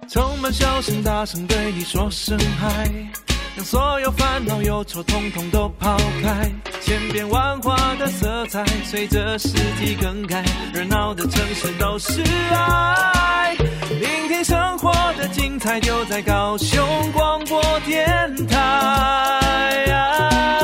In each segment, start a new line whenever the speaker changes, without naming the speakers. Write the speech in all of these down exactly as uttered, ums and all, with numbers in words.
充满笑声，大声对你说声嗨，让所有烦恼忧愁统统都抛开，千变万化的色彩随着四季更改，热闹的城市都是爱，聆听生活的精彩就在高雄广播电台。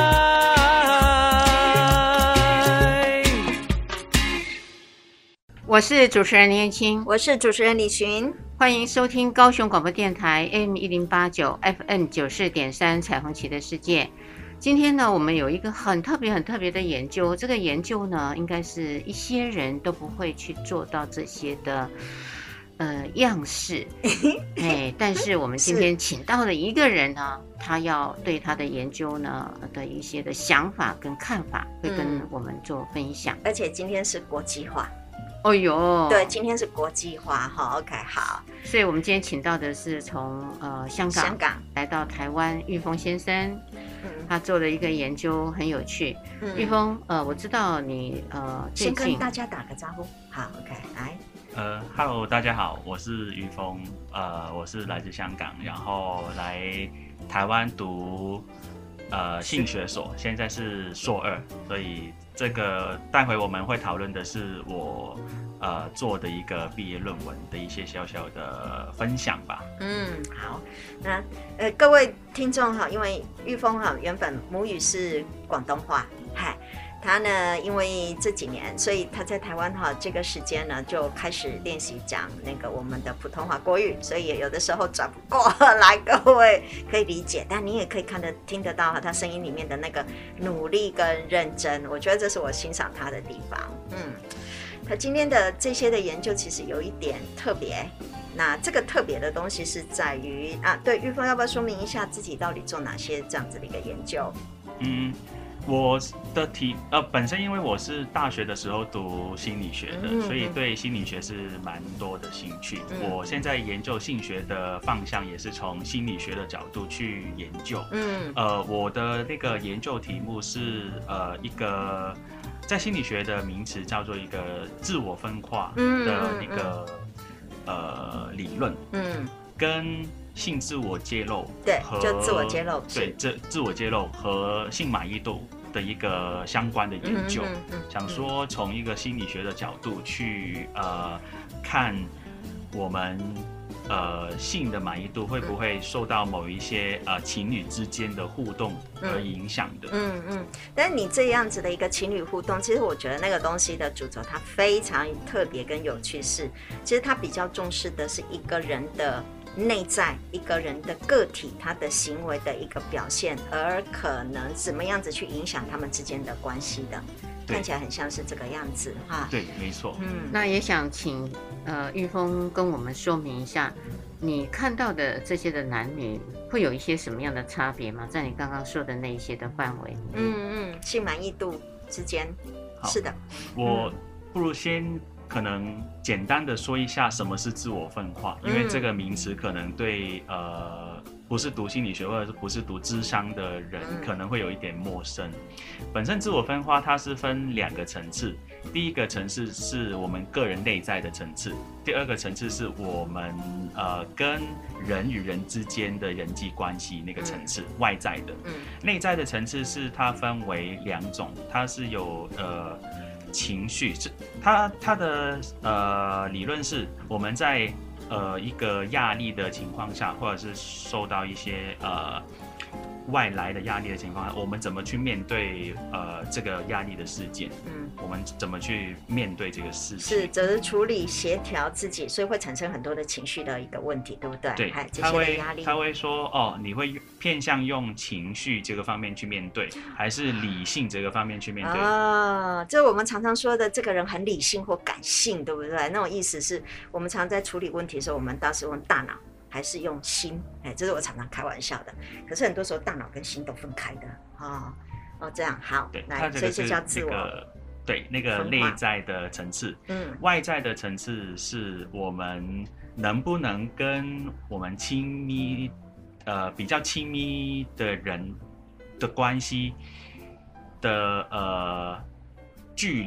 我是主持人林燕青，
我是主持人李寻，
欢迎收听高雄广播电台 A M 一零八九 F M 九四点三彩虹旗的世界。今天呢，我们有一个很特别、很特别的研究。这个研究呢，应该是一些人都不会去做到这些的呃样式，哎，但是我们今天请到了一个人呢，他要对他的研究呢的一些的想法跟看法，会跟我们做分享。
嗯、而且今天是国际化。
哦呦，
对，今天是国际化哈 ，OK， 好。
所以我们今天请到的是从呃香港
香港
来到台湾玉峰先生，嗯，他做了一个研究很有趣。嗯、玉峰，呃，我知道你呃最近
先跟大家打个招呼，好 ，OK， 来。
呃 ，Hello， 大家好，我是玉峰，呃，我是来自香港，然后来台湾读呃性学所，现在是硕二，所以。这个待会我们会讨论的是我呃做的一个毕业论文的一些小小的分享吧。
嗯，好，那呃各位听众哈，因为玉峰哈原本母语是广东话，嗨。他呢，因为这几年，所以他在台湾哈这个时间呢，就开始练习讲那个我们的普通话国语，所以有的时候转不过来，各位可以理解，但你也可以看得听得到他声音里面的那个努力跟认真，我觉得这是我欣赏他的地方。嗯，他今天的这些的研究其实有一点特别，那这个特别的东西是在于啊，对，玉峰要不要说明一下自己到底做哪些这样子的一个研究？
嗯。我的题呃，本身因为我是大学的时候读心理学的，嗯、所以对心理学是蛮多的兴趣。嗯、我现在研究性学的方向也是从心理学的角度去研究。嗯，呃，我的那个研究题目是呃一个在心理学的名词叫做一个自我分化的那个、嗯嗯、呃理论。嗯，跟性自我揭露，
对，就自我揭露，
对，这自我揭露和性满意度的一个相关的研究，嗯嗯嗯、想说从一个心理学的角度去呃看我们呃性的满意度会不会受到某一些呃情侣之间的互动而影响的。
嗯嗯，但是你这样子的一个情侣互动，其实我觉得那个东西的主轴它非常特别跟有趣是，其实它比较重视的是一个人的。内在一个人的个体他的行为的一个表现，而可能怎么样子去影响他们之间的关系的，看起来很像是这个样子哈。
对，没错。
嗯，那也想请呃玉峰跟我们说明一下，你看到的这些的男女会有一些什么样的差别吗？在你刚刚说的那一些的范围。
嗯嗯，性满意度之间，是的。
我不如先。可能简单的说一下什么是自我分化，因为这个名词可能对呃不是读心理学或者是不是读諮商的人可能会有一点陌生。本身自我分化它是分两个层次，第一个层次是我们个人内在的层次，第二个层次是我们呃跟人与人之间的人际关系那个层次，嗯、外在的。嗯、内在的层次是它分为两种，它是有呃。情绪，它它的呃理论是我们在呃一个压力的情况下，或者是受到一些呃外来的压力的情况下，我们怎么去面对呃这个压力的事件？嗯，我们怎么去面对这个事情？
是，则是处理、协调自己，所以会产生很多的情绪的一个问题，对不对？
对，他会他会说哦，你会偏向用情绪这个方面去面对，还是理性这个方面去面对？
啊，这我们常常说的，这个人很理性或感性，对不对？那种意思是我们常在处理问题的时候，我们倒是用大脑。还是用心，哎，这是我常常开玩笑的。可是很多时候大脑跟心都分开的，哦哦，这样好，来，所以这叫自我、那
个、对那个内在的层次，嗯，外在的层次是我们能不能跟我们亲密，呃，比较亲密的人的关系的呃距离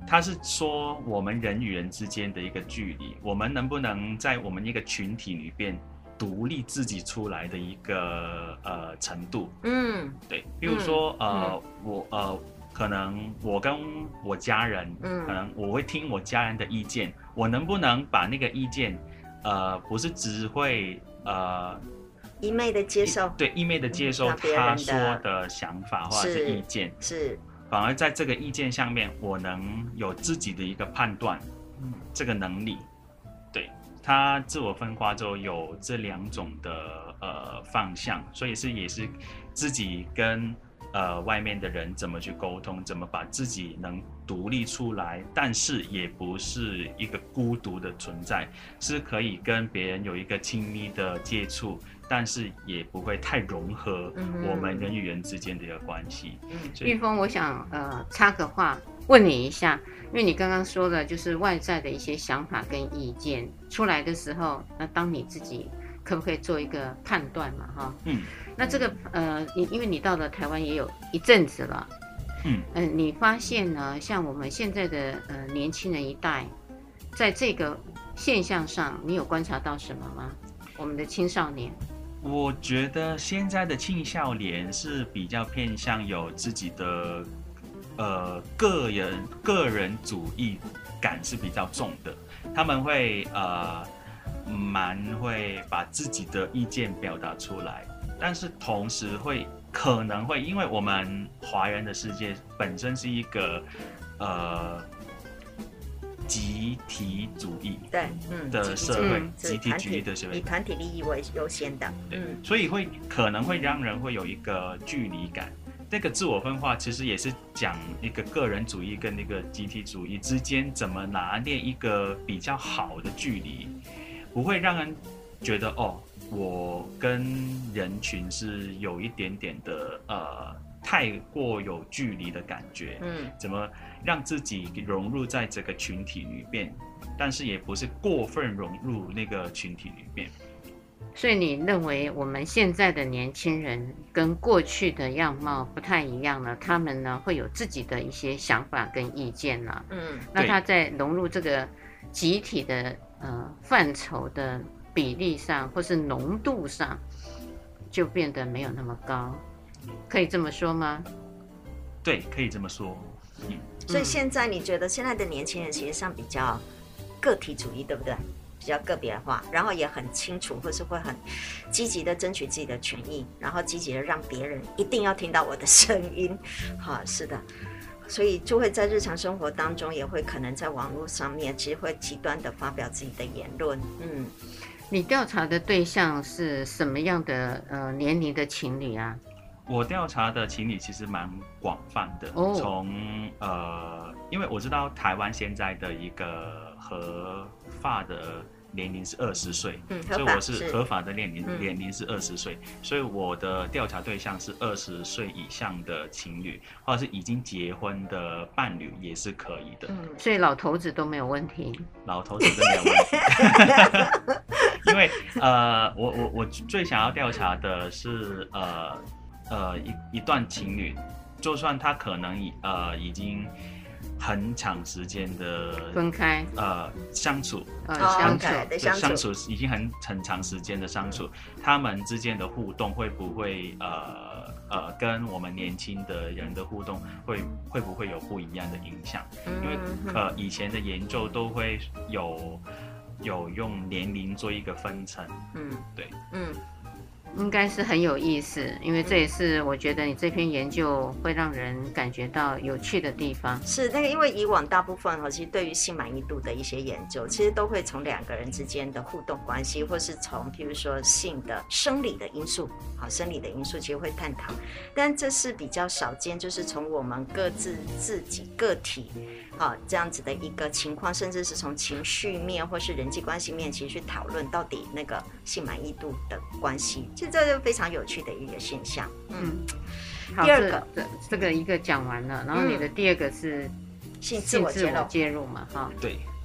他是说我们人与人之间的一个距离，我们能不能在我们一个群体里边独立自己出来的一个呃程度？嗯，对，比如说、嗯、呃、嗯、我呃可能我跟我家人，嗯，可能我会听我家人的意见，我能不能把那个意见呃不是只会呃
一昧的接受，
对，一昧的接受他说的想法或者是意见，
是，
反而在这个意见上面，我能有自己的一个判断，嗯，这个能力，对，他自我分化之后有这两种的呃方向，所以是也是自己跟呃外面的人怎么去沟通，怎么把自己能独立出来，但是也不是一个孤独的存在，是可以跟别人有一个亲密的接触。但是也不会太融合我们人与人之间的一个关系。
玉峰，我想呃插个话问你一下，因为你刚刚说的就是外在的一些想法跟意见出来的时候，那当你自己可不可以做一个判断嘛？哈，嗯，那这个呃，你因为你到了台湾也有一阵子了，嗯嗯、呃，你发现呢，像我们现在的呃年轻人一代，在这个现象上，你有观察到什么吗？我们的青少年。
我觉得现在的青少年是比较偏向有自己的呃个人个人主义感是比较重的，他们会呃蛮会把自己的意见表达出来，但是同时会可能会因为我们华人的世界本身是一个呃集体主义
对，嗯，
的社会，嗯、集体主义的社会，
以团体利益为优先的，
对，嗯、所以会可能会让人会有一个距离感。这个自我分化其实也是讲一个个人主义跟那个集体主义之间怎么拿捏一个比较好的距离，不会让人觉得哦，我跟人群是有一点点的呃。太过有距离的感觉，嗯，怎么让自己融入在这个群体里面，但是也不是过分融入那个群体里面。
所以你认为我们现在的年轻人跟过去的样貌不太一样了，他们呢会有自己的一些想法跟意见了，嗯，那他在融入这个集体的呃范畴的比例上或是浓度上，就变得没有那么高。可以这么说吗？
对，可以这么说。
嗯，所以现在你觉得现在的年轻人其实上比较个体主义，对不对？比较个别化，然后也很清楚，或是会很积极的争取自己的权益，然后积极的让别人一定要听到我的声音。好，是的。所以就会在日常生活当中，也会可能在网络上面，其实会极端的发表自己的言论。嗯。
你调查的对象是什么样的呃年龄的情侣啊？
我调查的情侣其实蛮广泛的，哦、从呃，因为我知道台湾现在的一个合法的年龄是二十岁，嗯，所以我是合法的年龄、嗯、年龄是二十岁，所以我的调查对象是二十岁以上的情侣，或者是已经结婚的伴侣也是可以的。
嗯，所以老头子都没有问题，
老头子都没有问题，因为呃，我我我最想要调查的是呃。呃，一一段情侣，就算他可能已呃已经很长时间的
分开，
呃相处，
呃相处，
对相处，
相处已经很很长时间的相处，他们之间的互动会不会呃呃跟我们年轻的人的互动会会不会有不一样的影响？嗯、因为呃以前的研究都会有有用年龄做一个分层，嗯，对，嗯。
应该是很有意思，因为这也是我觉得你这篇研究会让人感觉到有趣的地方。
是那个，因为以往大部分其实对于性满意度的一些研究，其实都会从两个人之间的互动关系，或是从譬如说性的生理的因素，好，生理的因素其实会探讨，但这是比较少见，就是从我们各自自己个体，好这样子的一个情况，甚至是从情绪面或是人际关系面，其实去讨论到底那个性满意度的关系。其实这就非常有趣的一个现象。嗯，
好，第二个这这个一个讲完了，然后你的第二个是
性自我
介入嘛，哈。
对。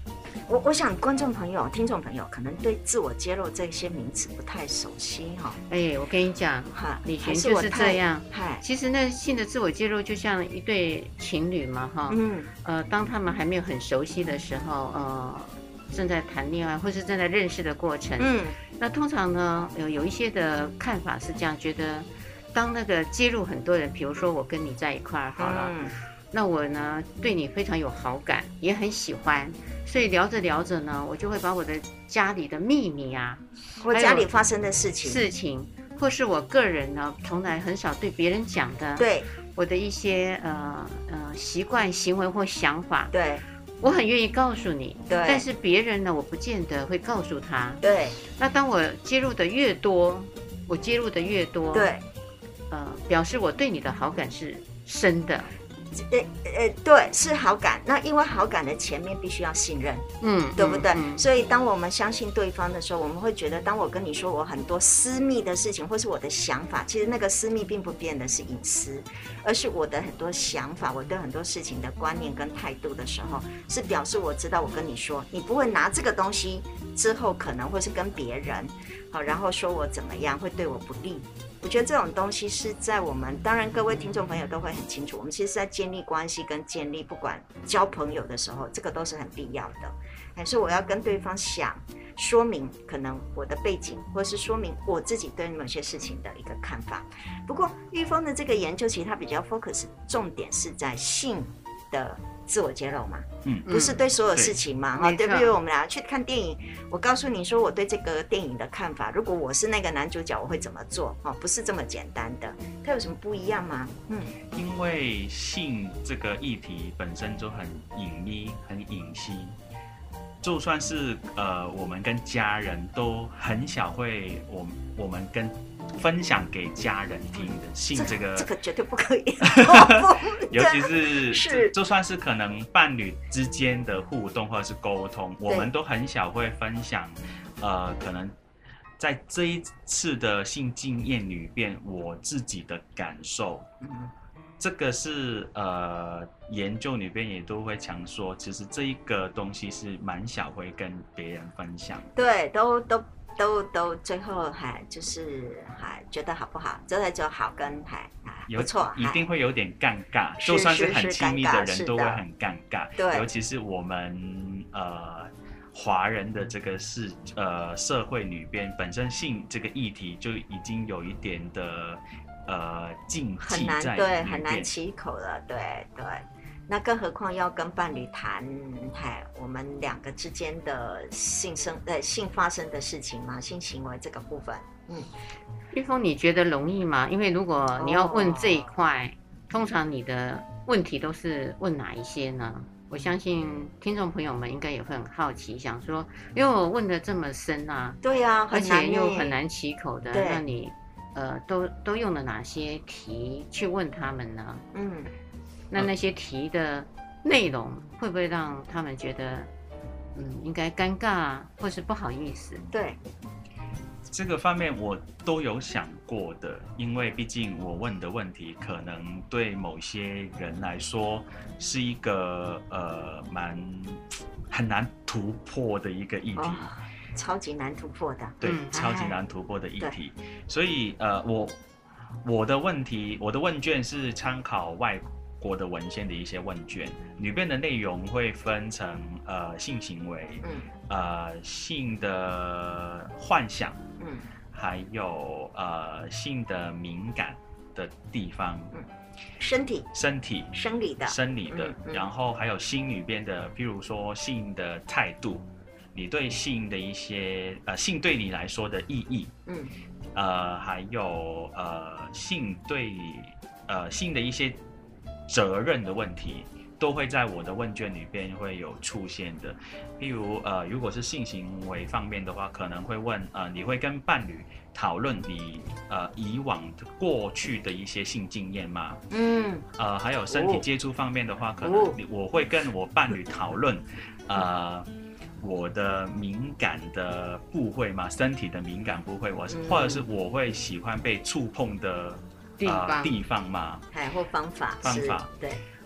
我我想观众朋友、听众朋友可能对自我揭露这些名词不太熟悉哈。
哎，我跟你讲，
哈，
李璇就是这样。
嗨，
其实那性的自我揭露就像一对情侣嘛，哈，
嗯，
呃，当他们还没有很熟悉的时候，呃，正在谈恋爱或是正在认识的过程，
嗯，
那通常呢，有有一些的看法是这样，觉得当那个揭露很多人，比如说我跟你在一块儿好了。
嗯，
那我呢对你非常有好感，也很喜欢，所以聊着聊着呢，我就会把我的家里的秘密啊，
或家里发生的事情，
事情，或是我个人呢从来很少对别人讲的，
对，
我的一些呃呃习惯、行为或想法，
对，
我很愿意告诉你，
对，
但是别人呢，我不见得会告诉他，
对。
那当我揭露的越多，我揭露的越多，
对，
呃，表示我对你的好感是深的。
呃呃，对，是好感。那因为好感的前面必须要信任，
嗯，
对不对？
嗯嗯、
所以当我们相信对方的时候，我们会觉得，当我跟你说我很多私密的事情，或是我的想法，其实那个私密并不变的是隐私，而是我的很多想法，我对很多事情的观念跟态度的时候，是表示我知道我跟你说，你不会拿这个东西之后可能会是跟别人，好，然后说我怎么样会对我不利。我觉得这种东西是在我们，当然各位听众朋友都会很清楚，我们其实在建立关系跟建立不管交朋友的时候，这个都是很必要的。还是我要跟对方想说明可能我的背景，或是说明我自己对某些事情的一个看法。不过玉峰的这个研究其实它比较 focus 重点是在性的自我揭露嘛，嗯，不是对所有事情嘛，哈、嗯，对不对？我们俩去看电影，我告诉你说我对这个电影的看法，如果我是那个男主角，我会怎么做？哦，不是这么简单的，它有什么不一样吗？嗯，
因为性这个议题本身就很隐秘、很隐稀，就算是呃我们跟家人都很少会，我我们跟。分享给家人听的性这个，
这个绝对不可以，
尤其是是就算是可能伴侣之间的互动或者是沟通，我们都很少会分享，呃，可能在这一次的性经验里边，我自己的感受，嗯，这个是呃研究里边也都会常说，其实这一个东西是蛮少会跟别人分享，
对，都都。都都最后还就是还觉得好不好，真的就好跟还不错，
一定会有点尴尬，就算是很亲密的人都会很尴尬，对，尤其是我们呃华人的这个是呃社会里边，本身性这个议题就已经有一点的呃禁忌在里面，很难
对，很难启口了，对对。那更何况要跟伴侣谈，嗨，我们两个之间的性生呃性发生的事情嘛，性行为这个部分，嗯，
玉峰，你觉得容易吗？因为如果你要问这一块，哦、通常你的问题都是问哪一些呢？我相信听众朋友们应该也会很好奇，想说，因为我问的这么深啊，
对呀、啊，
而且又很难启口的，那你呃都都用了哪些题去问他们呢？嗯。那那些题的内容会不会让他们觉得，嗯，应该尴尬或是不好意思？
对，
这个方面我都有想过的，因为毕竟我问的问题可能对某些人来说是一个呃蛮很难突破的一个议题。哦，
超级难突破的。
对，嗯、超级难突破的议题。所以呃，我我的问题，我的问卷是参考外国的文献的一些问卷，里面的内容会分成呃性行为，嗯，呃性的幻想，嗯，还有呃性的敏感的地方，嗯，
身体、
身体、
生理的、
生理的，嗯嗯、然后还有心里边的，譬如说性的态度，你对性的一些呃性对你来说的意义，嗯，呃还有呃性对呃性的一些责任的问题，都会在我的问卷里边会有出现的。譬如呃，如果是性行为方面的话，可能会问呃，你会跟伴侣讨论你呃以往过去的一些性经验吗？嗯，呃，还有身体接触方面的话，可能我会跟我伴侣讨论，呃。我的敏感的部位嘛，身体的敏感部位，我是、嗯、或者是我会喜欢被触碰的地方、呃、地方嘛，
还或方法
方法
对，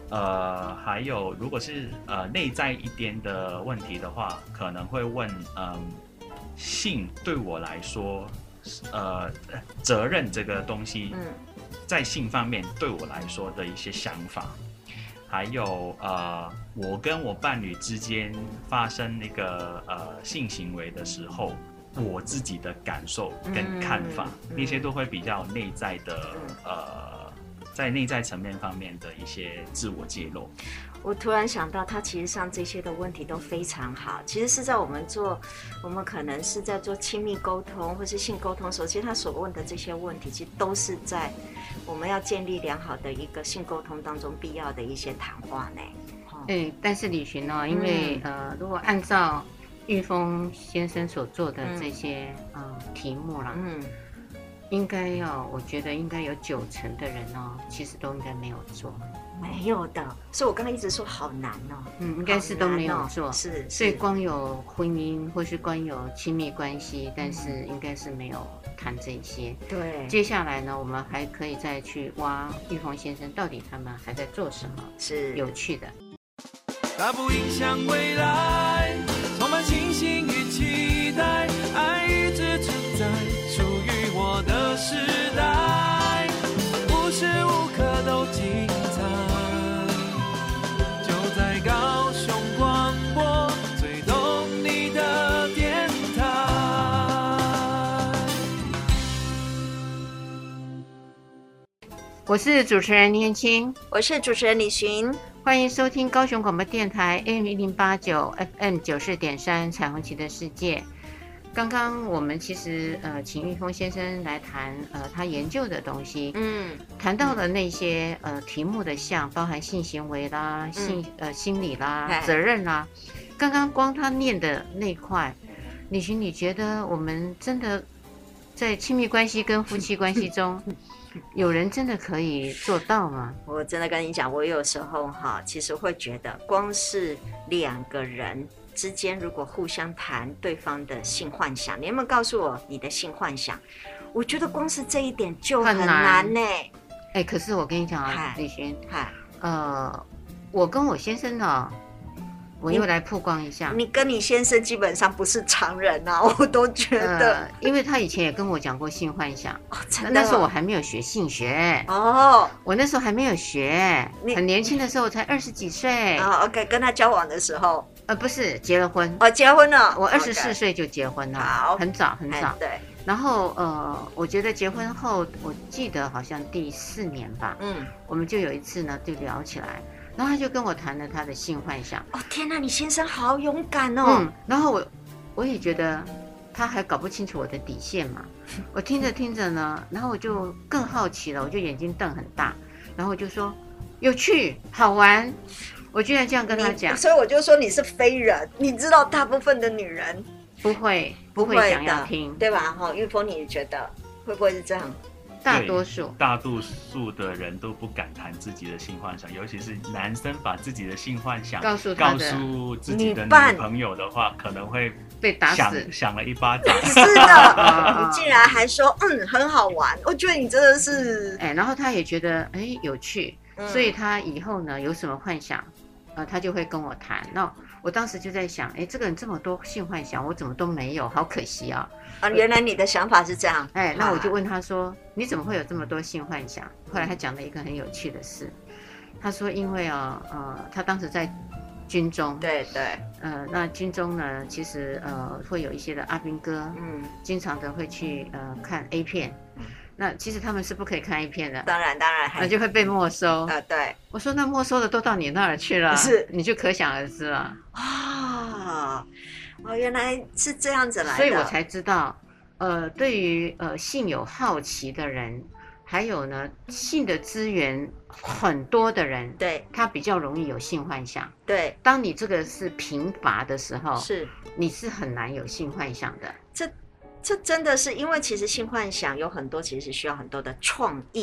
呃，还有如果是呃内在一点的问题的话，可能会问，嗯，性对我来说，呃，责任这个东西，
嗯，
在性方面对我来说的一些想法。还有呃，我跟我伴侣之间发生那个呃性行为的时候，我自己的感受跟看法，
嗯、
那些都会比较内在的、嗯、呃，在内在层面方面的一些自我揭露。
我突然想到，他其实上这些的问题都非常好。其实是在我们做，我们可能是在做亲密沟通或是性沟通的时候，其实他所问的这些问题，其实都是在我们要建立良好的一个性沟通当中必要的一些谈话呢。
对、嗯，但是李寻呢、哦，因为、嗯、呃，如果按照玉峰先生所做的这些、嗯、呃题目啦，嗯，应该要，我觉得应该有九成的人哦，其实都应该没有做。
没有的，所以我刚刚一直说好难哦。
嗯，应该是都没有做，
哦、是, 是。
所以光有婚姻或是光有亲密关系，但是应该是没有谈这些。
对。
接下来呢，我们还可以再去挖玉峰先生到底他们还在做什么，
是
有趣的。
它不影响未来，充满信心与期待，爱一直存在，属于我的时代，无时无刻都精彩，就在高雄广播最懂你的电台。
我是主持人年轻，
我是主持人李寻。
欢迎收听高雄广播电台 A M 一零八九 F M 九四点三彩虹旗的世界。刚刚我们其实呃请玉峰先生来谈呃他研究的东西，嗯，谈到了那些呃题目的项，包含性行为啦、嗯、性呃心理啦、责任啦。刚刚光他念的那块，李寻，你觉得我们真的在亲密关系跟夫妻关系中？有人真的可以做到吗？
我真的跟你讲，我有时候哈，其实会觉得，光是两个人之间，如果互相谈对方的性幻想，你有没有告诉我你的性幻想？我觉得光是这一点就很难呢。哎、
欸，可是我跟你讲啊，李寻，呃，我跟我先生呢。我又来曝光一下，
你跟你先生基本上不是常人啊，我都觉得，
呃、因为他以前也跟我讲过性幻想，
哦，真的、哦，
那时候我还没有学性学
哦，
我那时候还没有学，很年轻的时候才二十几岁，
哦 ，OK， 跟他交往的时候，
呃，不是结了婚，
哦，结婚了，
我二十四岁就结婚了，
好，
很早很早，
对，
然后呃，我觉得结婚后，我记得好像第四年吧，嗯，我们就有一次呢就聊起来。然后他就跟我谈了他的性幻想。
哦天哪，你先生好勇敢哦！
嗯，然后我我也觉得他还搞不清楚我的底线嘛。我听着听着呢，然后我就更好奇了，我就眼睛瞪很大，然后我就说有趣好玩。我居然这样跟他讲，
所以我就说你是非人。你知道大部分的女人
不会不会想要听，
对吧？哈，玉峰，你觉得会不会是这样？
大多数
大多数的人都不敢谈自己的性幻想，尤其是男生把自己的性幻想
告诉
告诉自己的女朋友的话，可能会
被打死，
想了一巴掌。
是的，你竟然还说嗯很好玩，我觉得你真的是
哎，然后他也觉得哎有趣，嗯、所以他以后呢有什么幻想，呃，他就会跟我谈。那我当时就在想，哎，这个人这么多性幻想，我怎么都没有，好可惜啊！
啊，原来你的想法是这样。
哎，那我就问他说，你怎么会有这么多性幻想？后来他讲了一个很有趣的事，他说因为啊，呃，他当时在军中，
对对，
呃，那军中呢，其实呃会有一些的阿兵哥，嗯，经常的会去呃看 A 片。那其实他们是不可以看 A 片的，
当然当然，
那就会被没收。
啊、呃，对。
我说那没收的都到你那儿去了，
是，
你就可想而知了。
啊、哦，哦，原来是这样子来的，
所以我才知道，呃，对于呃性有好奇的人，还有呢性的资源很多的人，
对，
他比较容易有性幻想。
对，
当你这个是贫乏的时候，
是，
你是很难有性幻想的。
这。这真的是因为其实性幻想有很多，其实是需要很多的创意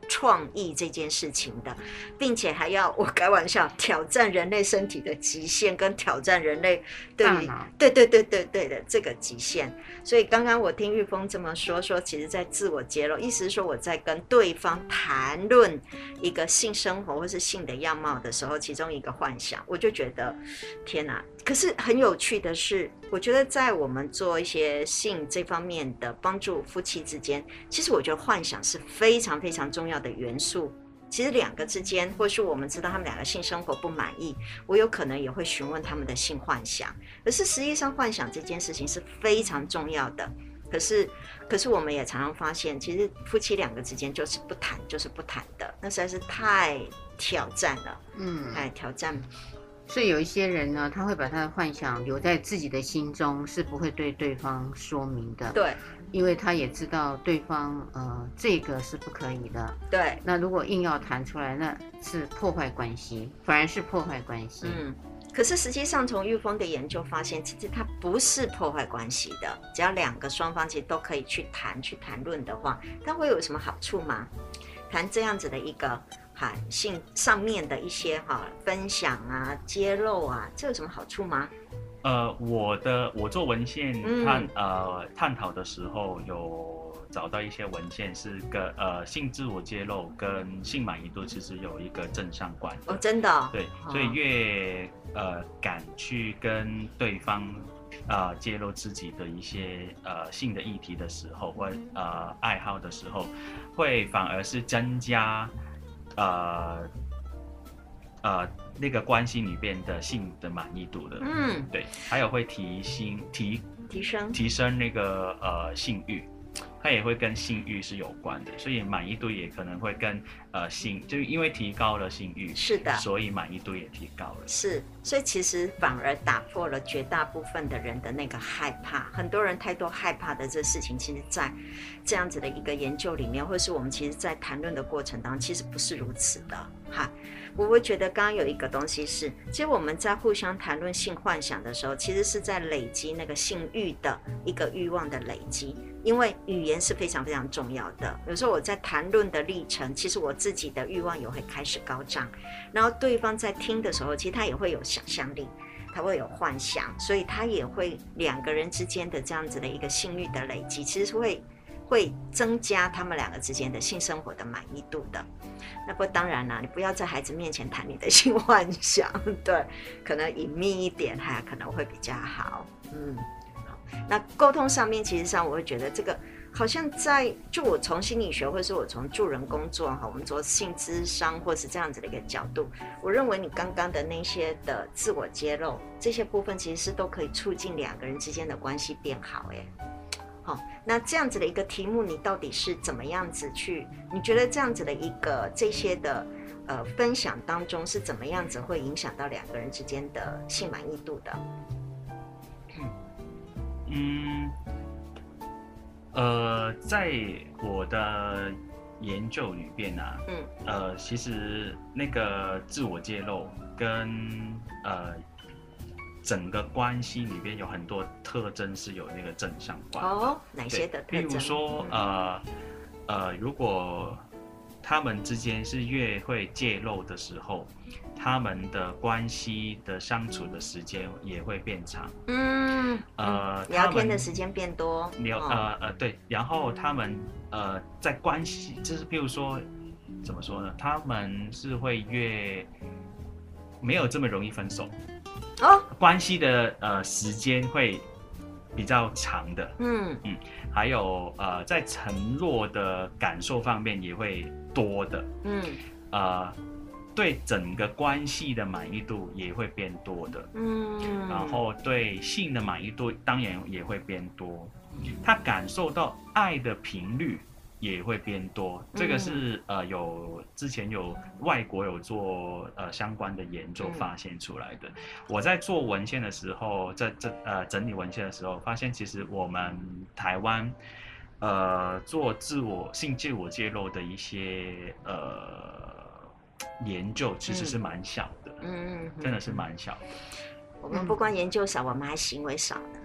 创意这件事情的，并且还要我开玩笑挑战人类身体的极限，跟挑战人类对于对对对对对的这个极限。所以刚刚我听玉峰这么说，说其实在自我揭露，意思是说我在跟对方谈论一个性生活或是性的样貌的时候，其中一个幻想，我就觉得天哪！可是很有趣的是，我觉得在我们做一些性这方面的帮助夫妻之间，其实我觉得幻想是非常非常重要的元素。其实两个之间，或是我们知道他们两个性生活不满意，我有可能也会询问他们的性幻想。可是实际上幻想这件事情是非常重要的。可是，可是我们也常常发现，其实夫妻两个之间就是不谈，就是不谈的，那实在是太挑战了，嗯，太挑战。
所以有一些人呢，他会把他的幻想留在自己的心中，是不会对对方说明的。
对，
因为他也知道对方呃这个是不可以的。
对，
那如果硬要谈出来，那是破坏关系，反而是破坏关系。
嗯。可是实际上，从玉峰的研究发现，其实它不是破坏关系的。只要两个双方其实都可以去谈、去谈论的话，它会有什么好处吗？谈这样子的一个哈性上面的一些哈分享啊、揭露啊，这有什么好处吗？
呃，我的我做文献探、嗯、呃探讨的时候有。找到一些文献是跟呃性自我揭露跟性满意度其实有一个正相关的。
哦，真的、哦。
对，所以越呃敢去跟对方呃揭露自己的一些呃性的议题的时候，或呃爱好的时候，会反而是增加呃呃那个关系里边的性的满意度的。嗯，对，还有会提升提
提升
提升那个呃性欲。它也会跟性欲是有关的，所以满意度也可能会跟呃性，就因为提高了性欲，
是的，
所以满意度也提高了。
是，所以其实反而打破了绝大部分的人的那个害怕。很多人太多害怕的这事情，其实在这样子的一个研究里面，或是我们其实在谈论的过程当中，其实不是如此的。哈，我会觉得刚刚有一个东西是，其实我们在互相谈论性幻想的时候，其实是在累积那个性欲的一个欲望的累积。因为语言是非常非常重要的，有时候我在谈论的历程，其实我自己的欲望也会开始高涨，然后对方在听的时候，其实他也会有想象力，他会有幻想，所以他也会两个人之间的这样子的一个性欲的累积，其实会会增加他们两个之间的性生活的满意度的。那不当然啦，你不要在孩子面前谈你的性幻想，对，可能隐秘一点还可能会比较好，嗯。那沟通上面，其实上我会觉得这个好像在就我从心理学，或是我从助人工作哈，我们做性咨商或是这样子的一个角度，我认为你刚刚的那些的自我揭露这些部分，其实是都可以促进两个人之间的关系变好哎。好，那这样子的一个题目，你到底是怎么样子去？你觉得这样子的一个这些的呃分享当中，是怎么样子会影响到两个人之间的性满意度的？
嗯，呃，在我的研究里边啊，嗯，呃，其实那个自我揭露跟呃整个关系里边有很多特征是有那个正相关的。
哦，哪些的特征？
比如说，呃呃，如果他们之间是越会揭露的时候，他们的关系的相处的时间也会变长。嗯，
呃，聊天的时间变多。
聊、哦、呃呃对，然后他们呃在关系，就是比如说怎么说呢？他们是会越没有这么容易分手。哦，关系的呃时间会比较长的。嗯嗯，还有呃在承诺的感受方面也会多的。嗯，呃。对整个关系的满意度也会变多的，嗯，然后对性的满意度当然也会变多，他感受到爱的频率也会变多，这个是呃有之前有外国有做呃相关的研究发现出来的。我在做文献的时候，在这呃整理文献的时候，发现其实我们台湾呃做自我性自我揭露的一些呃。研究其实是蛮小的，嗯，真的是蛮小的。
我们不光研究少，我们还行为少的。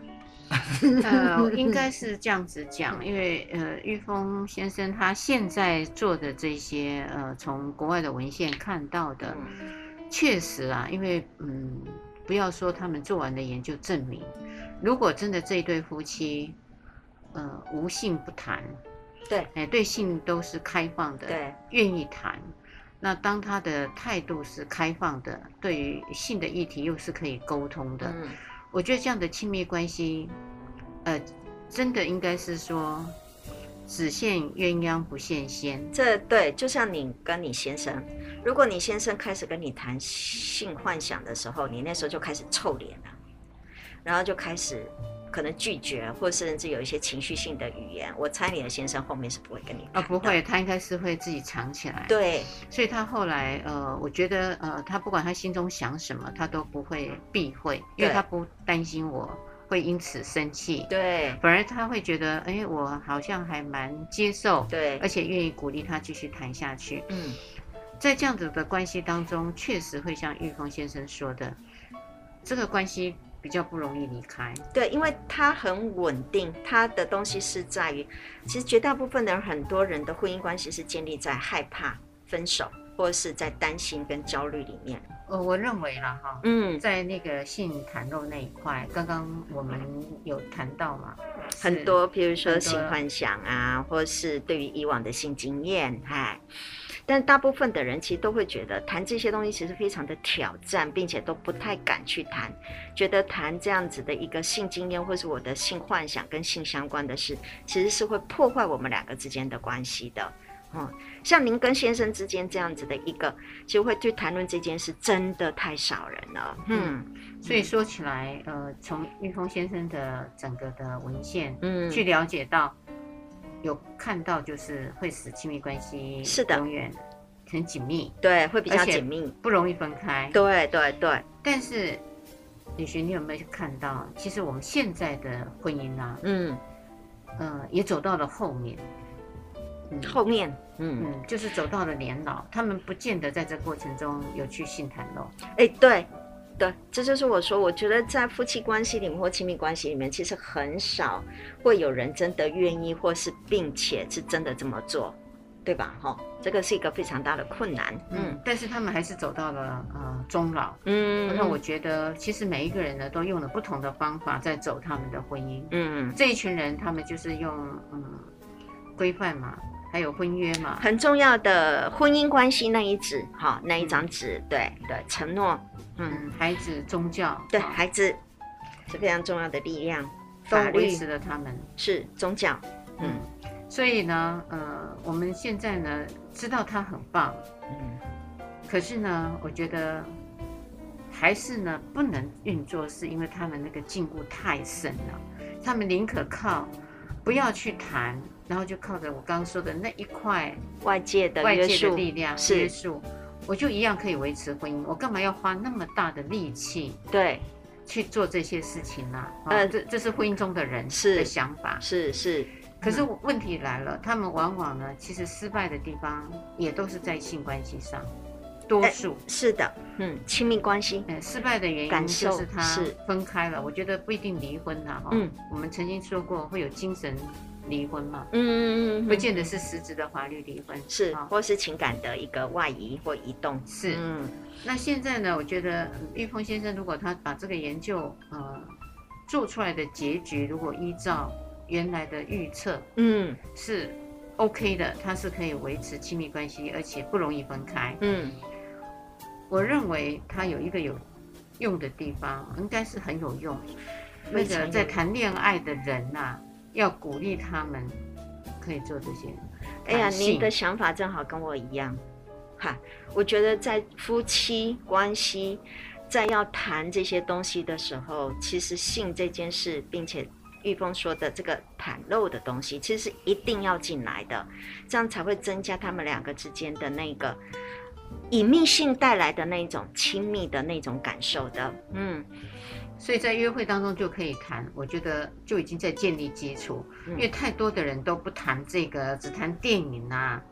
呃，应该是这样子讲，因为呃，玉峰先生他现在做的这些呃，从国外的文献看到的，确实啊，因为嗯，不要说他们做完的研究证明，如果真的这一对夫妻，呃，无性不谈，
对，
哎，对性都是开放的，
对，
愿意谈。那当他的态度是开放的，对于性的议题又是可以沟通的，
嗯，
我觉得这样的亲密关系，呃，真的应该是说，只羡鸳鸯不羡仙。
这对，就像你跟你先生，如果你先生开始跟你谈性幻想的时候，你那时候就开始臭脸了，然后就开始可能拒绝，或甚至有一些情绪性的语言，我猜你的先生后面是不会跟你谈的。
啊、不会，他应该是会自己藏起来。
对，
所以他后来，呃，我觉得，呃，他不管他心中想什么，他都不会避讳，因为他不担心我会因此生气。
对，
反而他会觉得，哎，我好像还蛮接受，
对，
而且愿意鼓励他继续谈下去。
嗯，
在这样子的关系当中，确实会像玉峰先生说的，这个关系比较不容易离开。
对，因为他很稳定，他的东西是在于，其实绝大部分的人，很多人的婚姻关系是建立在害怕分手，或者是在担心跟焦虑里面。
呃，我认为啦哈，
嗯，
在那个性袒露那一块，刚刚我们有谈到嘛，
很多，比如说性幻想啊，或是对于以往的性经验，嗨。但大部分的人其实都会觉得谈这些东西其实非常的挑战，并且都不太敢去谈，觉得谈这样子的一个性经验或是我的性幻想跟性相关的事，其实是会破坏我们两个之间的关系的。嗯，像您跟先生之间这样子的一个，其实会去谈论这件事，真的太少人了。嗯，
所以说起来，呃，从玉峰先生的整个的文献，
嗯，
去了解到。有看到就是会使亲密关系
是的
永远很紧密，
对，会比较紧密，
不容易分开。
对对对。
但是李寻，你有没有看到，其实我们现在的婚姻啊，嗯，呃，也走到了后面，
嗯、后面，嗯
嗯，就是走到了年老，他们不见得在这过程中有去性袒露。
哎，对。对，这就是我说，我觉得在夫妻关系里面或亲密关系里面，其实很少会有人真的愿意，或是并且是真的这么做，对吧？哈、哦，这个是一个非常大的困难。
嗯，嗯但是他们还是走到了呃终老。
嗯，
那我觉得其实每一个人呢，都用了不同的方法在走他们的婚姻。嗯，这一群人他们就是用嗯规范嘛。还有婚约嘛，
很重要的婚姻关系那一纸，哈，那一张纸，嗯、对对，承诺，
嗯，孩子、宗教，
对，孩子是非常重要的力量，
都维持了他们，
是宗教，
嗯，所以呢，呃，我们现在呢知道他很棒，嗯，可是呢，我觉得还是呢不能运作，是因为他们那个禁锢太深了，他们宁可靠，不要去谈。然后就靠着我刚刚说的那一块
外界的
外
约束
界的力量约束，我就一样可以维持婚姻。我干嘛要花那么大的力气
对
去做这些事情呢、啊？呃，这这是婚姻中的人的想法，
是是。
可是问题来了，他们往往呢，其实失败的地方也都是在性关系上，多数
是的，嗯，亲密关系，
嗯，失败的原因就是他分开了。我觉得不一定离婚啦，哈，嗯，我们曾经说过会有精神。离婚嘛，嗯嗯嗯，不见得是实质的法律离婚，
是，哦、或是情感的一个外移或移动，
是。嗯，那现在呢，我觉得玉峰先生如果他把这个研究呃做出来的结局，如果依照原来的预测，嗯，是 OK 的，他是可以维持亲密关系，而且不容易分开。嗯，我认为他有一个有用的地方，应该是很有用。那个在谈恋爱的人呐、啊。要鼓励他们可以做这些。
哎呀，您的想法正好跟我一样。哈，我觉得在夫妻关系，在要谈这些东西的时候，其实性这件事，并且玉峰说的这个袒露的东西，其实是一定要进来的，这样才会增加他们两个之间的那个隐秘性带来的那种亲密的那种感受的。嗯。
所以在约会当中就可以谈，我觉得就已经在建立基础，嗯、因为太多的人都不谈这个，只谈电影啊，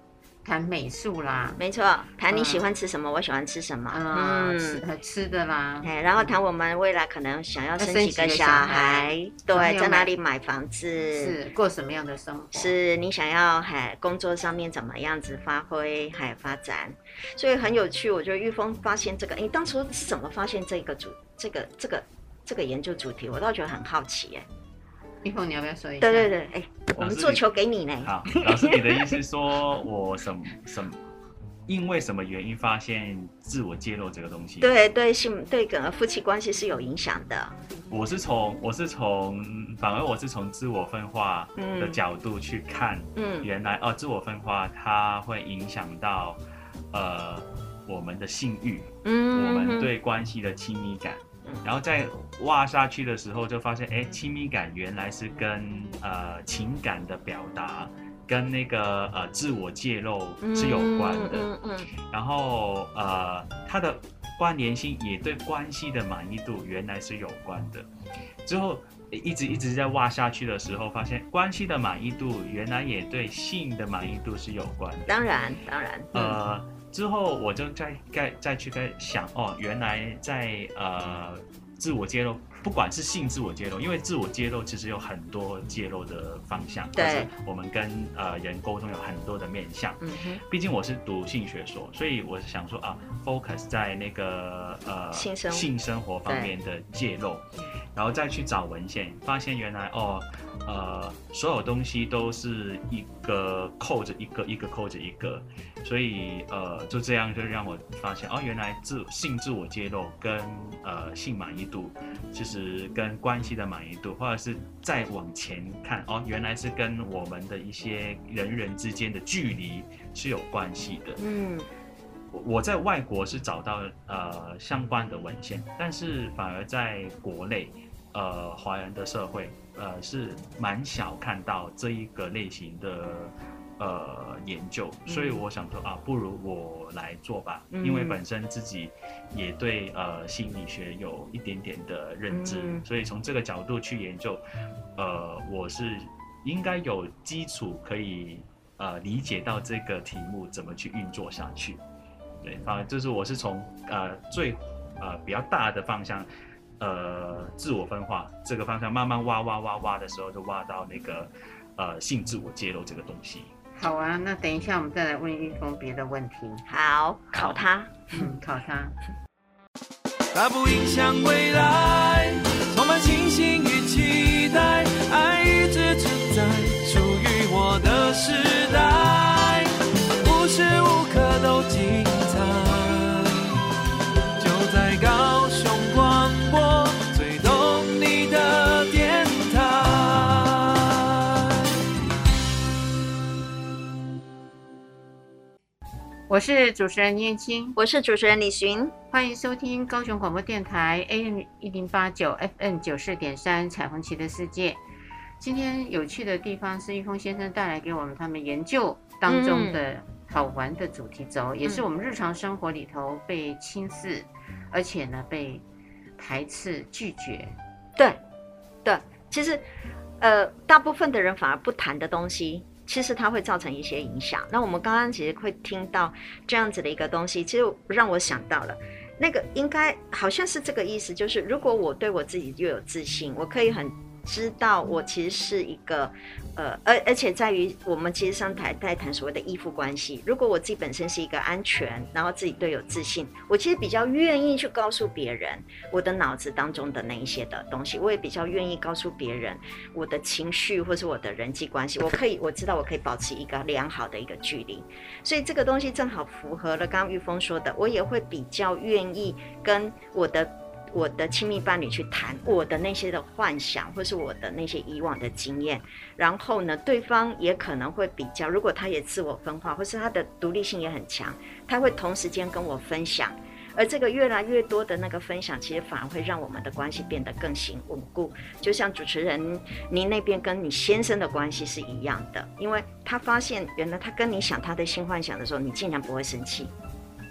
谈美术啦，
没错，谈你喜欢吃什么，嗯、我喜欢吃什么，
嗯，吃吃的啦，
哎，然后谈我们未来可能想要生几个小孩，对，在哪里买房子，
是过什么样的生活，
是你想要还工作上面怎么样子发挥还发展，所以很有趣。我觉得玉峰发现这个，你当初是怎么发现这个主这个这个这个研究主题？我倒觉得很好奇哎。
玉峰，你要不要说一下？
对对对，哎，我们做球给你呢。
好，老师，你的意思是说我什么什么，因为什么原因发现自我揭露这个东西？
对对，性对整个夫妻关系是有影响的。
我是从我是从反而我是从自我分化的角度去看，嗯，原来哦，自我分化它会影响到呃我们的性欲，嗯，我们对关系的亲密感。然后在挖下去的时候，就发现，哎，亲密感原来是跟呃情感的表达，跟那个呃自我揭露是有关的。嗯嗯嗯、然后呃，它的关联性也对关系的满意度原来是有关的。之后一直一直在挖下去的时候，发现关系的满意度原来也对性的满意度是有关的。
当然，当然。嗯、
呃。之后我就再再再去想哦，原来在呃自我揭露，不管是性自我揭露，因为自我揭露其实有很多揭露的方向，
对，
我们跟呃人沟通有很多的面向。嗯哼，毕竟我是读性学所，所以我是想说啊 ，focus 在那个呃
性生
性生活方面的揭露，然后再去找文献，发现原来哦。呃，所有东西都是一个扣着一个，一个扣着一个，所以呃，就这样就让我发现，哦，原来自性自我揭露跟呃性满意度，其实跟关系的满意度，或者是再往前看，哦，原来是跟我们的一些人人之间的距离是有关系的。嗯，我在外国是找到呃相关的文献，但是反而在国内，呃，华人的社会。呃，是蛮少看到这一个类型的呃研究，所以我想说啊，不如我来做吧，嗯、因为本身自己也对呃心理学有一点点的认知，嗯、所以从这个角度去研究，呃，我是应该有基础可以呃理解到这个题目怎么去运作下去。对，反正就是我是从呃最呃比较大的方向。呃，自我分化这个方向慢慢挖挖挖挖的时候，就挖到那个呃性自我揭露这个东西。
好啊，那等一下我们再来问玉峰别的问题。
好，考他，
嗯，考他。
它不影响未来，充满信心与期待，爱一直存在，属于我的时代，无时无刻都精彩，就在高雄广播最懂你的电台。
我是主持人燕青，
我是主持人李寻，
欢迎收听高雄广播电台 A M 一零八九 F M 九四点三彩虹旗的世界。今天有趣的地方是玉峰先生带来给我们他们研究当中的好玩的主题轴，嗯、也是我们日常生活里头被轻视，而且呢被排斥拒绝。
对，对，其实呃，大部分的人反而不谈的东西。其实它会造成一些影响。那我们刚刚其实会听到这样子的一个东西，其实让我想到了那个应该好像是这个意思，就是如果我对我自己就有自信，我可以很知道我其实是一个呃，而而且在于我们其实上台在谈所谓的依附关系。如果我自己本身是一个安全，然后自己对有自信，我其实比较愿意去告诉别人我的脑子当中的那一些的东西，我也比较愿意告诉别人我的情绪或是我的人际关系，我可以我知道我可以保持一个良好的一个距离。所以这个东西正好符合了刚刚玉峰说的，我也会比较愿意跟我的我的亲密伴侣去谈我的那些的幻想，或是我的那些以往的经验，然后呢，对方也可能会比较，如果他也自我分化，或是他的独立性也很强，他会同时间跟我分享，而这个越来越多的那个分享，其实反而会让我们的关系变得更形稳固。就像主持人您那边跟你先生的关系是一样的，因为他发现原来他跟你想他的性幻想的时候，你竟然不会生气。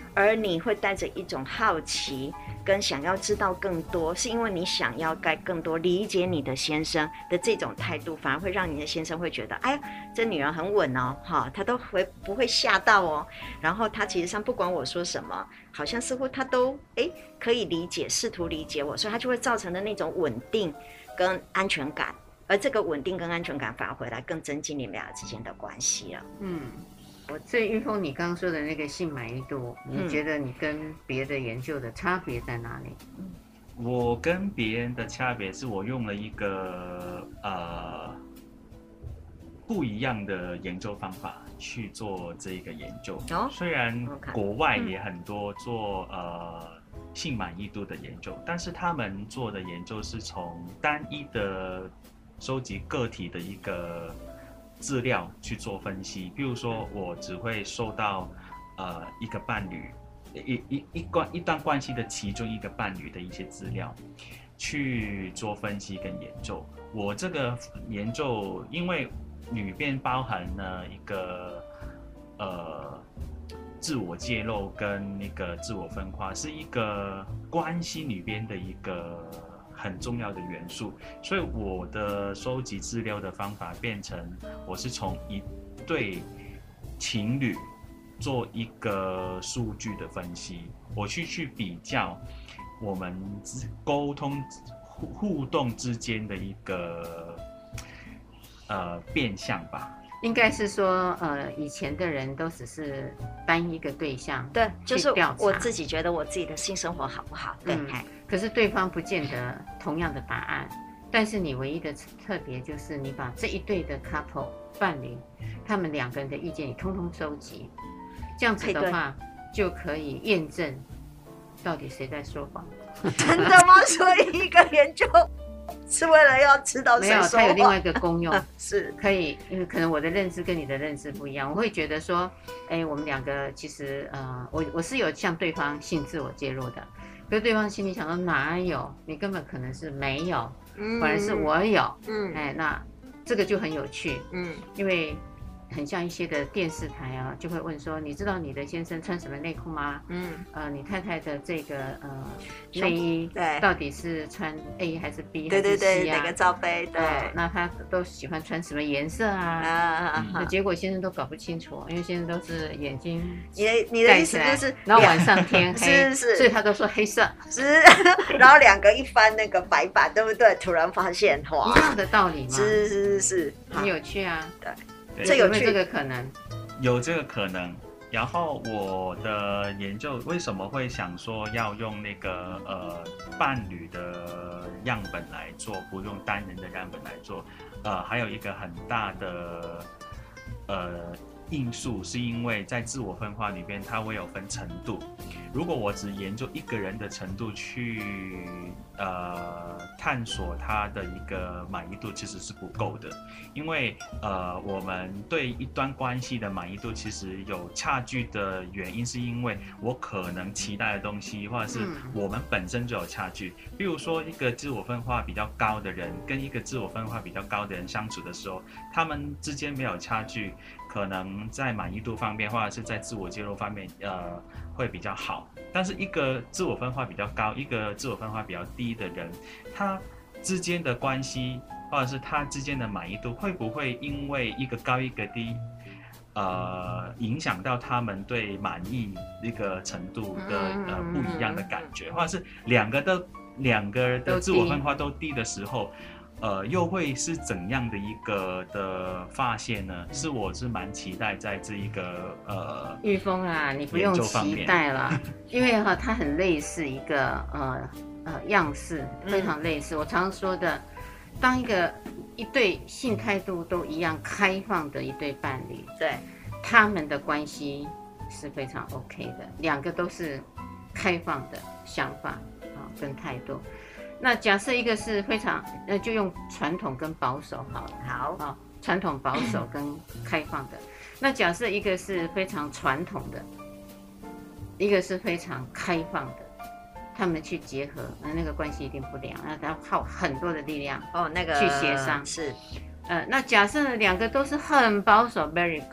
而你会带着一种好奇跟想要知道更多，是因为你想要该更多理解你的先生的这种态度，反而会让你的先生会觉得，哎呀，这女人很稳哦，哈，他都会不会吓到哦，然后他其实上不管我说什么，好像似乎他都哎可以理解，试图理解我，所以他就会造成的那种稳定跟安全感，而这个稳定跟安全感反而回来更增进你们俩之间的关系了。
嗯。所以玉峰，你刚刚说的那个性满意度，你觉得你跟别的研究的差别在哪里？
嗯、我跟别人的差别是我用了一个呃不一样的研究方法去做这个研究。哦、虽然国外也很多做、嗯、呃性满意度的研究，但是他们做的研究是从单一的收集个体的一个资料去做分析，比如说我只会收到呃一个伴侣一一一关一段关系的其中一个伴侣的一些资料去做分析跟研究。我这个研究因为里面包含了一个呃自我揭露跟那个自我分化，是一个关系里边的一个很重要的元素，所以我的收集资料的方法变成我是从一对情侣做一个数据的分析，我去去比较我们沟通互动之间的一个呃变相吧。
应该是说，呃，以前的人都只是单一个对象，
对，就是我自己觉得我自己的性生活好不好，对，嗯、
可是对方不见得同样的答案，但是你唯一的特别就是你把这一对的 couple 伴侣，他们两个人的意见你通通收集，这样子的话就可以验证到底谁在说谎。
真的吗？所以一个研究是为了要知道谁说谎？
没有，它有另外一个功用，
是
可以，因为可能我的认知跟你的认知不一样，我会觉得说，哎，我们两个其实，呃，我我是有向对方性自我揭露的，可是对方心里想说哪有，你根本可能是没有，嗯、反而是我有，嗯，哎，那这个就很有趣，嗯，因为很像一些的电视台啊，就会问说，你知道你的先生穿什么内裤吗？嗯，呃，你太太的这个呃内衣到底是穿 A 还是 B 还是 C 啊？对对对，
哪个罩杯？对、哦，
那他都喜欢穿什么颜色啊？啊、嗯，结果先生都搞不清楚，因为先生都是眼睛
你的你的意思就是，
然后晚上天黑，
是是，
所以他都说黑色，
是，然后两个一翻那个白板，对不对？突然发现哇，
一样的道理嘛，
是是是是，
很有趣啊，
对。
这有没有这个可能？
有这个可能。然后我的研究为什么会想说要用那个呃伴侣的样本来做，不用单人的样本来做？呃，还有一个很大的呃因素，是因为在自我分化里边，它会有分程度。如果我只研究一个人的程度去呃探索他的一个满意度，其实是不够的，因为呃我们对一段关系的满意度其实有差距的原因，是因为我可能期待的东西，或者是我们本身就有差距。比如说一个自我分化比较高的人跟一个自我分化比较高的人相处的时候，他们之间没有差距，可能在满意度方面或者是在自我揭露方面呃会比较好。但是一个自我分化比较高，一个自我分化比较低的人，他之间的关系或者是他之间的满意度会不会因为一个高一个低呃影响到他们对满意一个程度的呃不一样的感觉，或者是两个的两个的自我分化都低的时候，呃，又会是怎样的一个的发现呢？是我是蛮期待在这一个呃，
玉峰啊，你不用期待了，因为哈、啊，它很类似一个呃呃样式，非常类似。嗯、我常说的，当一个一对性态度都一样开放的一对伴侣，
对，
他们的关系是非常 OK 的，两个都是开放的想法啊跟态度。那假设一个是非常，那就用传统跟保守好了。
好，
啊、哦，传统、保守跟开放的。那假设一个是非常传统的，一个是非常开放的，他们去结合，那那个关系一定不良，那要靠很多的力量
哦，那个
去协商。
是，
呃，那假设两个都是很保守 ，very good，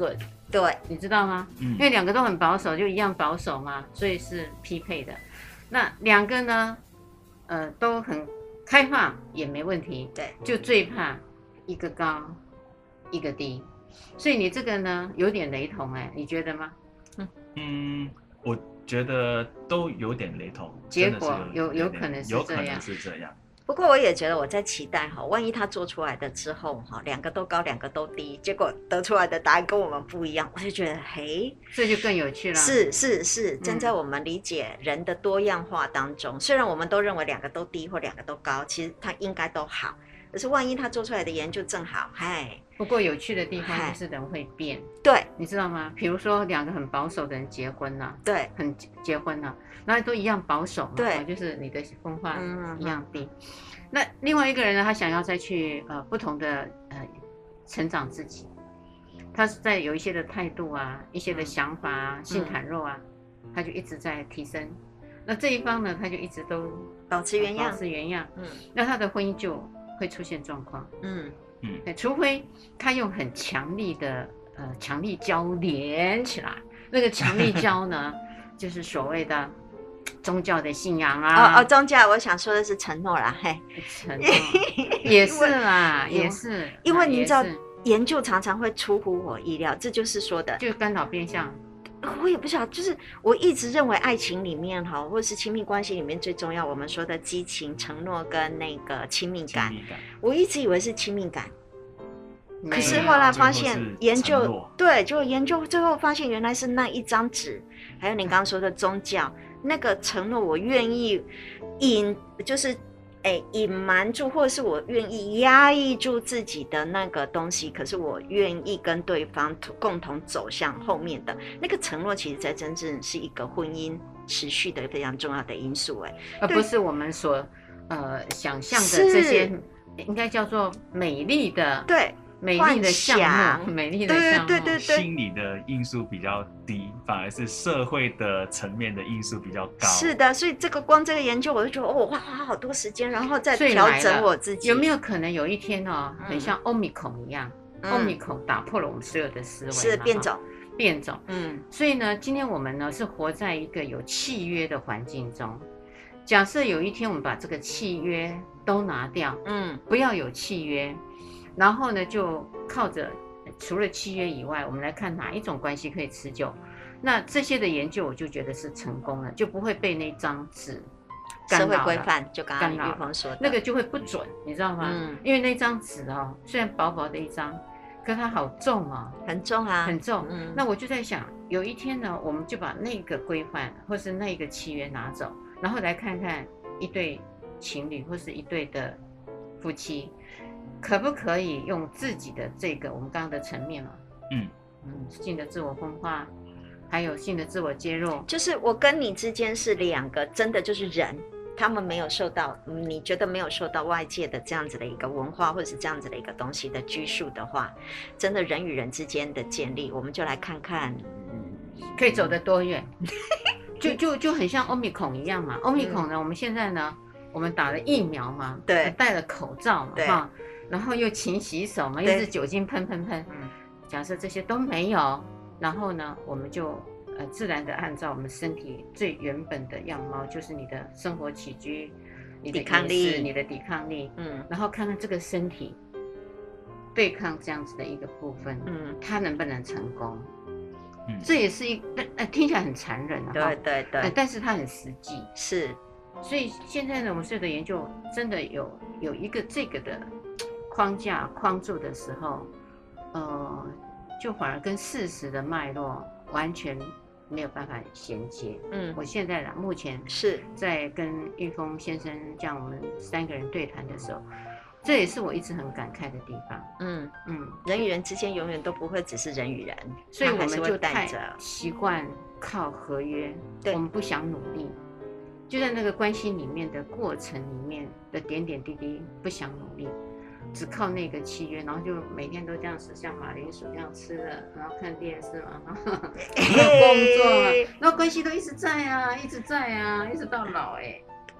对，
你知道吗？
嗯
因为两个都很保守，就一样保守嘛，所以是匹配的。那两个呢，呃，都很开放也没问题，
对，
就最怕一个高，一个低。所以你这个呢有点雷同哎，你觉得吗？
嗯，我觉得都有点雷同，
结果
真的是
有有
有点
可能是
有可
这样
能是这样。
不过我也觉得我在期待哈，万一他做出来的之后哈，两个都高，两个都低，结果得出来的答案跟我们不一样，我就觉得嘿，
这就更有趣了。
是是是，
嗯
站在我们理解人的多样化当中，虽然我们都认为两个都低或两个都高，其实它应该都好，可是万一他做出来的研究正好，嗨，
不过有趣的地方
嗨
就是人会变，
对
你知道吗？比如说两个很保守的人结婚了、
对，
很结婚了、然后都一样保守嘛，
对
哦就是你的风化
嗯
一样低。那另外一个人呢，他想要再去呃不同的呃成长自己，他是在有一些的态度啊、一些的想法啊、性袒露啊，他就一直在提升。那这一方呢，他就一直都
保持原样
保，持原样，
嗯
那他的婚姻就会出现状况。
嗯
对，除非他用很强力的呃强力胶连起来，那个强力胶呢，就是所谓的宗教的信仰啊，
哦哦，宗教，我想说的是承诺啦，嘿，
承诺也是啦，
因为
也是，
因为您知道
也是
研究常常会出乎我意料，这就是说的，
就干扰变相，
我也不晓得，就是我一直认为爱情里面哈，或者是亲密关系里面最重要，我们说的激情、承诺跟那个亲密感，
亲密感，
我一直以为是亲密感，可
没有
是后来发
最后
现
是
研究
承诺
对，就研究最后发现原来是那一张纸，还有你刚刚说的宗教那个承诺，我愿意隐就是哎隐瞒住，或者是我愿意压抑住自己的那个东西，可是我愿意跟对方共同走向后面的那个承诺，其实在真正是一个婚姻持续的非常重要的因素。哎，
而不是我们所呃想象的
是
这些，应该叫做美丽的
对。
美丽的项
幻想
目，美丽的
对
项目，
对对对，
心理的因素比较低，反而是社会的层面的因素比较高。
是的，所以这个光这个研究，我就觉得哦，我花花好多时间，然后再
所以
调
来了
整我自己。
有没有可能有一天哦，
嗯
很像欧米孔一样，
嗯
欧米孔打破了我们所有的思维嘛，哈
是变种？
变种。
嗯
所以呢，今天我们呢是活在一个有契约的环境中。假设有一天我们把这个契约都拿掉，
嗯
不要有契约，然后呢就靠着除了契约以外，我们来看哪一种关系可以持久。那这些的研究我就觉得是成功了，就不会被那张纸干
社
扰了
会规范，就刚刚
干扰
玉峰说的
那个就会不准，你知道吗？
嗯
因为那张纸哦，虽然薄薄的一张，可它好重哦，
很重啊，
很重。
嗯
那我就在想，有一天呢，我们就把那个规范或是那个契约拿走，然后来看看一对情侣或是一对的夫妻，可不可以用自己的这个我们刚刚的层面嘛，
嗯
嗯，性的自我分化，还有性的自我揭露，
就是我跟你之间是两个，真的就是人，他们没有受到，嗯你觉得没有受到外界的这样子的一个文化或者是这样子的一个东西的拘束的话，真的人与人之间的建立，我们就来看看，嗯，
可以走得多远？就就就很像欧米孔一样嘛。欧米孔呢，我们现在呢，我们打了疫苗嘛，
对
戴了口罩嘛，
对
哈，然后又勤洗手嘛，又
对
是酒精喷喷喷。
嗯
假设这些都没有，然后呢，我们就呃自然的按照我们身体最原本的样貌，就是你的生活起居、你的
抵抗力
饮食你的抵抗力，
嗯
然后看看这个身体对抗这样子的一个部分，
嗯，
它能不能成功？
嗯
这也是一呃呃听起来很残忍啊，
对
哈
对对，
呃但是它很实际。
是，
所以现在呢，我们所有的研究真的有有一个这个的框架框住的时候，呃，就反而跟事实的脉络完全没有办法衔接。
嗯
我现在啦，目前
是，
在跟玉峰先生这样我们三个人对谈的时候，这也是我一直很感慨的地方。
嗯，
嗯，
人与人之间永远都不会只是人与人，
所以我
它还是
们就太
会带着，
习惯靠合约，
对
我们不想努力，就在那个关系里面的过程里面的点点滴滴，不想努力，只靠那个契约，然后就每天都这样子像马铃薯这样吃了，然后看电视嘛，然后工作嘛，然后关系都一直在啊，一直在啊，一直到老哎、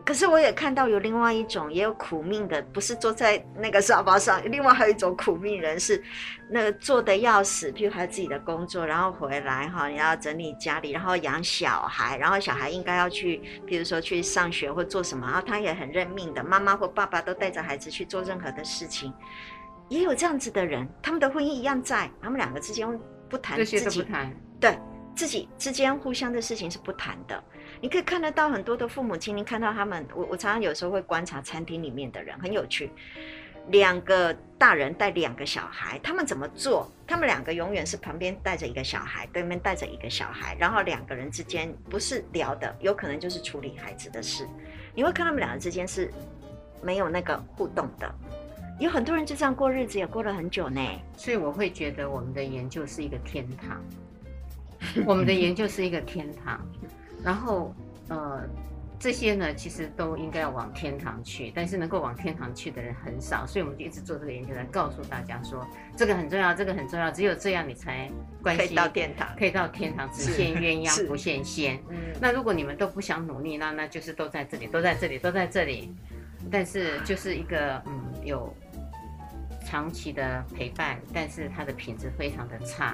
可是我也看到有另外一种也有苦命的，不是坐在那个沙发上，另外还有一种苦命人是那个做的要死，譬如还有自己的工作，然后回来哈，你要整理家里，然后养小孩，然后小孩应该要去，譬如说去上学或做什么，然后他也很认命的，妈妈或爸爸都带着孩子去做任何的事情，也有这样子的人，他们的婚姻一样在，他们两个之间不谈
这
自己，
些都不谈，
对自己之间互相的事情是不谈的。你可以看得到很多的父母亲，你看到他们，我我常常有时候会观察餐厅里面的人，很有趣。两个大人带两个小孩，他们怎么做？他们两个永远是旁边带着一个小孩，对面带着一个小孩，然后两个人之间不是聊的，有可能就是处理孩子的事。你会看他们两个之间是没有那个互动的。有很多人就这样过日子，也过了很久呢。
所以我会觉得我们的研究是一个天堂，我们的研究是一个天堂。然后，呃，这些呢，其实都应该要往天堂去，但是能够往天堂去的人很少，所以我们就一直做这个研究，来告诉大家说，这个很重要，这个很重要，只有这样你才关系
可以到天堂，
可以到天堂，只羡鸳鸯不羡仙。
嗯，
那如果你们都不想努力，那那就是都在这里，都在这里，都在这里，但是就是一个嗯有长期的陪伴，但是它的品质非常的差。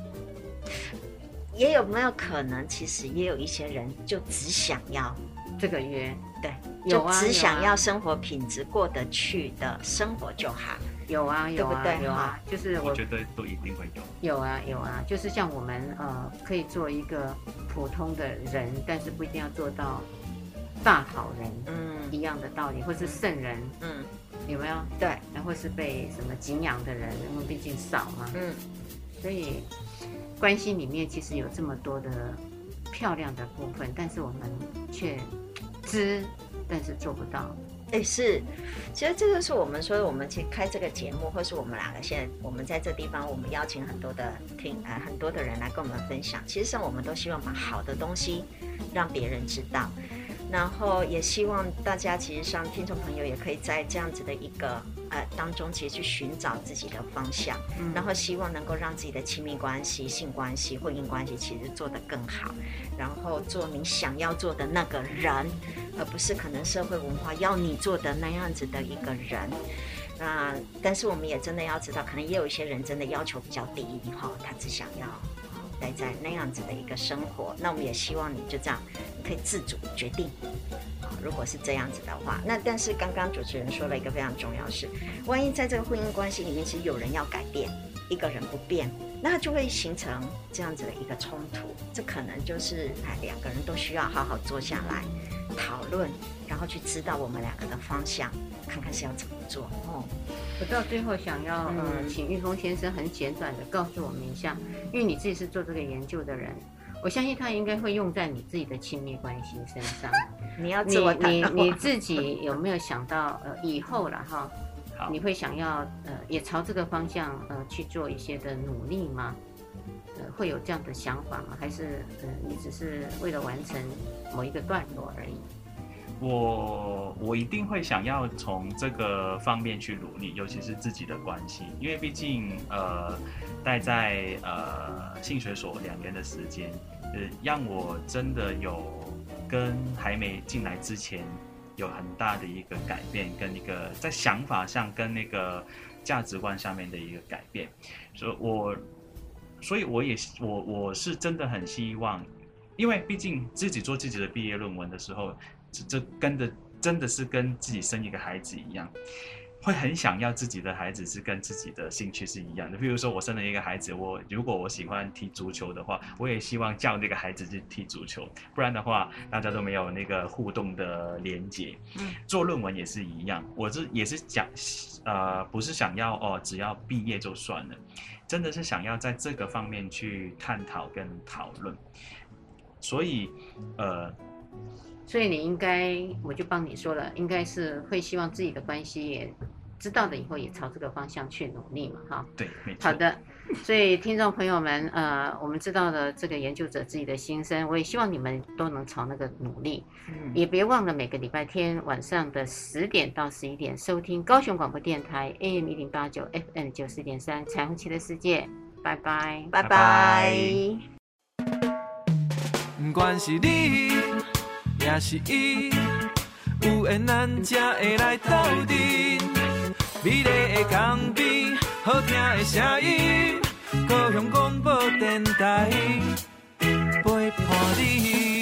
也有没有可能，其实也有一些人就只想要
这个约，
对，
有啊，
就只想要生活品质过得去的生活就好。
有啊，有啊，
对不对
有啊，就是我
我觉得都一定会有。
有啊，有啊，就是像我们呃，可以做一个普通的人，但是不一定要做到大好人，
嗯
一样的道理，或是圣人，
嗯，
有没有？
对，
然后是被什么敬仰的人，因为毕竟少嘛，
嗯，
所以关系里面其实有这么多的漂亮的部分，但是我们却知，但是做不到。
哎，是，其实这就是我们说，我们其实开这个节目，或是我们两个现在我们在这地方，我们邀请很多的听呃很多的人来跟我们分享。其实上我们都希望把好的东西让别人知道，然后也希望大家其实上听众朋友也可以在这样子的一个呃当中，其实去寻找自己的方向，
嗯
然后希望能够让自己的亲密关系、性关系、婚姻关系其实做得更好，然后做你想要做的那个人，而不是可能社会文化要你做的那样子的一个人。那、呃、但是我们也真的要知道，可能也有一些人真的要求比较低哈，他只想要待在那样子的一个生活。那我们也希望你就这样，你可以自主决定。如果是这样子的话，那但是刚刚主持人说了一个非常重要的是，万一在这个婚姻关系里面，其实有人要改变，一个人不变，那它就会形成这样子的一个冲突。这可能就是哎，两个人都需要好好坐下来讨论，然后去知道我们两个的方向，看看是要怎么做哦。
我到最后想要呃，
嗯
请玉峰先生很简短的告诉我们一下，因为你自己是做这个研究的人，我相信他应该会用在你自己的亲密关系身上。
你要
你
自我谈
你
到
你自己有没有想到呃以后了哈？
好
你会想要呃也朝这个方向呃去做一些的努力吗？呃，会有这样的想法吗？还是呃你只是为了完成某一个段落而已？
我我一定会想要从这个方面去努力，尤其是自己的关系，因为毕竟呃待在呃性学所两年的时间，呃让我真的有跟还没进来之前有很大的一个改变，跟一个在想法上跟那个价值观上面的一个改变，所以我所以我也我我是真的很希望，因为毕竟自己做自己的毕业论文的时候。这跟的真的是跟自己生一个孩子一样，会很想要自己的孩子是跟自己的兴趣是一样的。比如说我生了一个孩子，我如果我喜欢踢足球的话，我也希望叫那个孩子去踢足球，不然的话大家都没有那个互动的连结。嗯，做论文也是一样，我是也是讲，呃，不是想要哦，只要毕业就算了，真的是想要在这个方面去探讨跟讨论。所以，呃。
所以你应该，我就帮你说了，应该是会希望自己的关系也知道的，以后也朝这个方向去努力嘛，哈。
对，没错。
好的，所以听众朋友们，呃，我们知道了这个研究者自己的心声，我也希望你们都能朝那个努力，嗯、也别忘了每个礼拜天晚上的十点到十一点收听高雄广播电台 A M 一零八九 F M 九四点三彩虹旗的世界，拜拜，
拜拜。
不管是你也是伊， 有缘咱才会来斗阵。美丽的港边，好听的声音，高雄广播电台陪伴你。